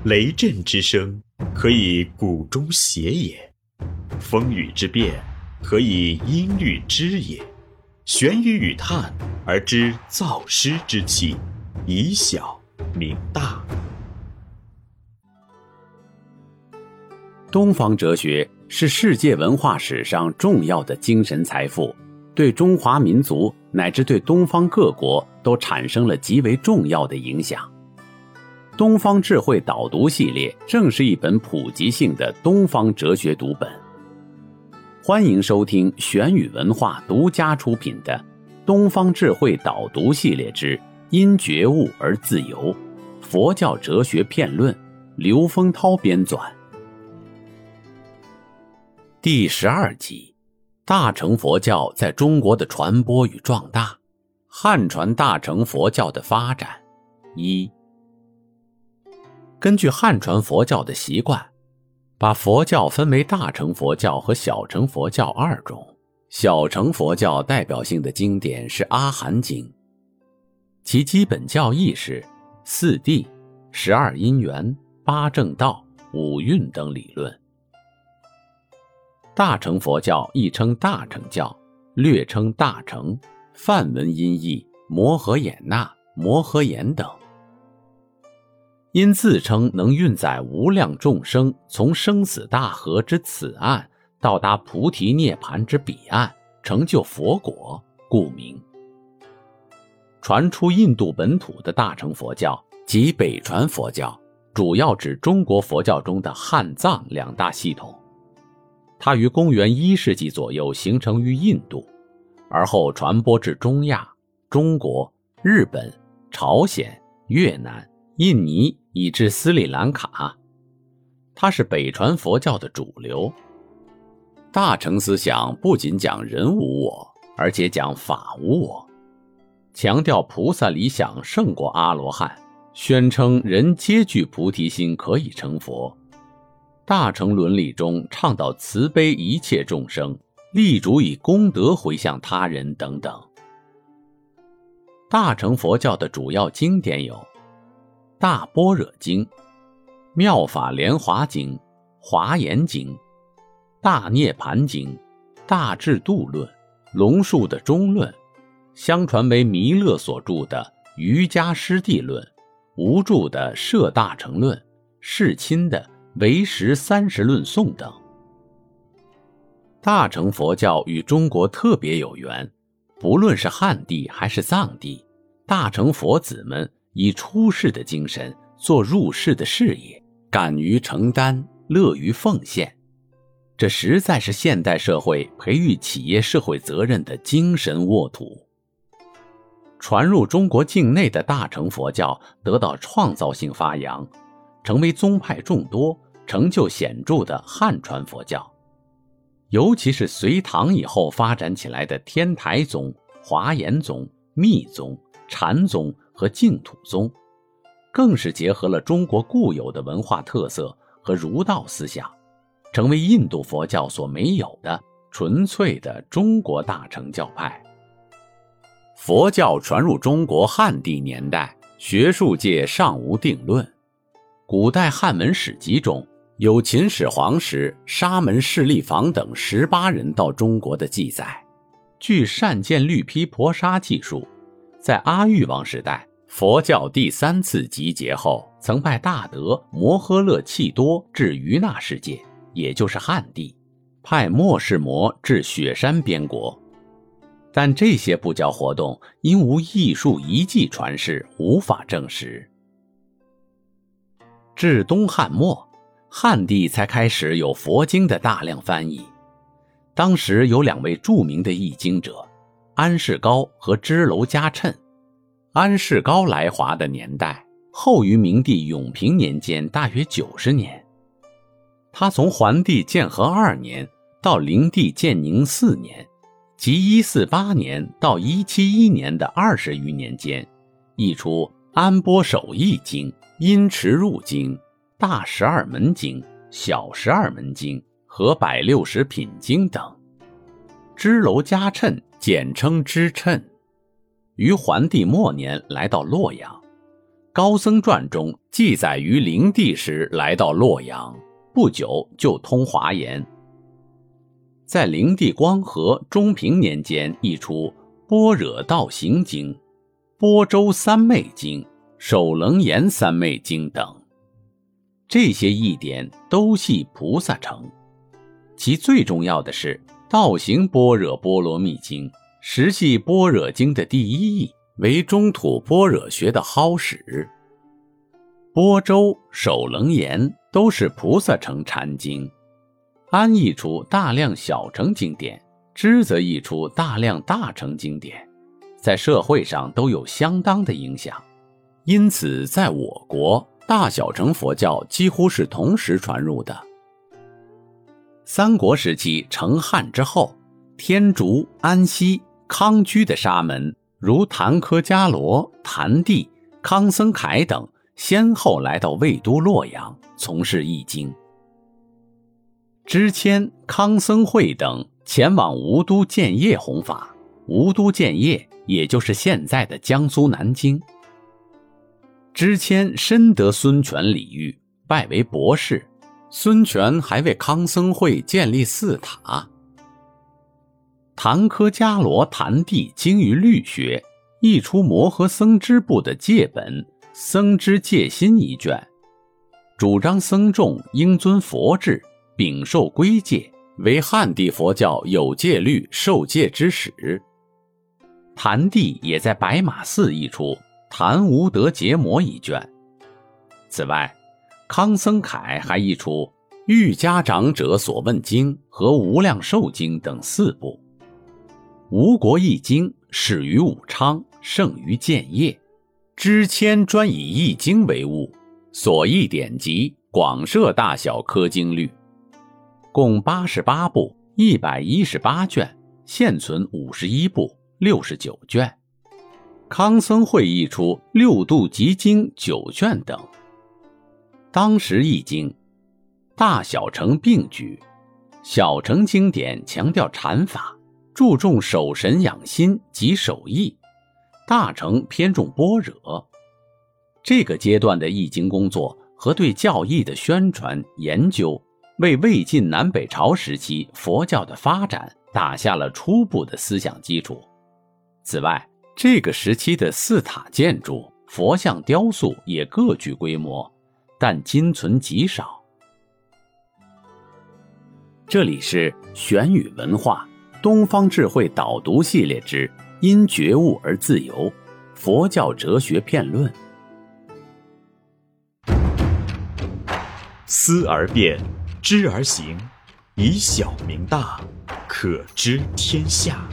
雷震之声，可以鼓中谐也；风雨之变，可以音律之也。玄于语叹而知造湿之气，以小明大。 东方哲学是世界文化史上重要的精神财富，对中华民族乃至对东方各国都产生了极为重要的影响。东方智慧导读系列正是一本普及性的东方哲学读本。欢迎收听玄宇文化独家出品的东方智慧导读系列之因觉悟而自由，佛教哲学片论，刘丰涛编纂。第12集，大乘佛教在中国的传播与壮大，汉传大乘佛教的发展。一，根据汉传佛教的习惯，把佛教分为大乘佛教和小乘佛教二种。小乘佛教代表性的经典是《阿含经》，其基本教义是四谛、12因缘、八正道、五蕴等理论。大乘佛教亦称大乘教，略称大乘，梵文音译摩诃衍那、摩诃衍等。因自称能运载无量众生从生死大河之此岸到达菩提涅槃之彼岸，成就佛果，故名。传出印度本土的大乘佛教即北传佛教，主要指中国佛教中的汉藏两大系统。它于公元1世纪左右形成于印度，而后传播至中亚、中国、日本、朝鲜、越南、印尼以至斯里兰卡。它是北传佛教的主流。大乘思想不仅讲人无我，而且讲法无我，强调菩萨理想胜过阿罗汉，宣称人皆具菩提心可以成佛。大乘伦理中倡导慈悲一切众生，力主以功德回向他人等等。大乘佛教的主要经典有大般若经、妙法莲华经、华严经、大涅盘经、大智度论、龙树的中论，相传为弥勒所著的瑜伽师地论，无著的摄大乘论，世亲的唯识30论颂等。大乘佛教与中国特别有缘，不论是汉地还是藏地，大乘佛子们以出世的精神做入世的事业，敢于承担，乐于奉献。这实在是现代社会培育企业社会责任的精神沃土。传入中国境内的大乘佛教得到创造性发扬，成为宗派众多、成就显著的汉传佛教。尤其是隋唐以后发展起来的天台宗、华严宗、密宗、禅宗和净土宗，更是结合了中国固有的文化特色和儒道思想，成为印度佛教所没有的纯粹的中国大乘教派。佛教传入中国汉地年代，学术界尚无定论。古代汉文史籍中有秦始皇时沙门释利房等18人到中国的记载。据善见律毗婆沙记述，在阿育王时代，佛教第3次集结后，曾派大德摩诃勒契多至于那世界，也就是汉地，派莫世摩至雪山边国。但这些布教活动因无艺术遗迹传世，无法证实。至东汉末，汉地才开始有佛经的大量翻译。当时有2位著名的译经者，安世高和支娄迦谶。安世高来华的年代后于明帝永平年间大约90年。他从桓帝建和2年到灵帝建宁4年，即148年到171年的20余年间，译出安波首译经、阴池入经、大12门经、小12门经和160品经等。支娄迦谶简称支谶，于桓帝末年来到洛阳， 高僧传中记载于灵帝时来到洛阳，不久就通华严。在灵帝光和中平年间译出般若道行经、般舟三昧经、首楞严三昧经等。这些译典都系菩萨成，其最重要的是道行般若波罗蜜经，实系般若经的第一义，为中土般若学的蒿始。般舟、首楞严都是菩萨成禅经，安译出大量小乘经典，支则译出大量大乘经典，在社会上都有相当的影响。因此在我国，大小乘佛教几乎是同时传入的。三国时期成汉之后，天竺、安西、康居的沙门如谭柯迦罗、谭帝、康僧凯等先后来到魏都洛阳从事译经。支谦、康僧会等前往吴都建业弘法，吴都建业也就是现在的江苏南京。支谦深得孙权礼遇，拜为博士，孙权还为康僧会建立寺塔。谭柯迦罗、谭帝精于律学，译出摩诃僧支部的戒本《僧之戒心》一卷，主张僧众应遵佛制，秉受规戒，为汉地佛教有戒律受戒之始。谭帝也在白马寺译出《谭无德结摩》一卷。此外，康僧凯还译出《瑜伽长者所问经》和《无量寿经》等4部。吴国译经始于武昌，盛于建业。支谦专以译经为务，所译典籍广设大小科经律，共88部118卷，现存51部69卷。康僧会译出《六度集经》9卷等。当时译经大小乘并举，小乘经典强调禅法，注重守神养心及守义，大乘偏重般若。这个阶段的译经工作和对教义的宣传研究，为魏晋南北朝时期佛教的发展打下了初步的思想基础。此外，这个时期的寺塔建筑、佛像雕塑也各具规模，但今存极少。这里是玄宇文化东方智慧导读系列之因觉悟而自由，佛教哲学辩论。 思而变，知而行，以小明大，可知天下。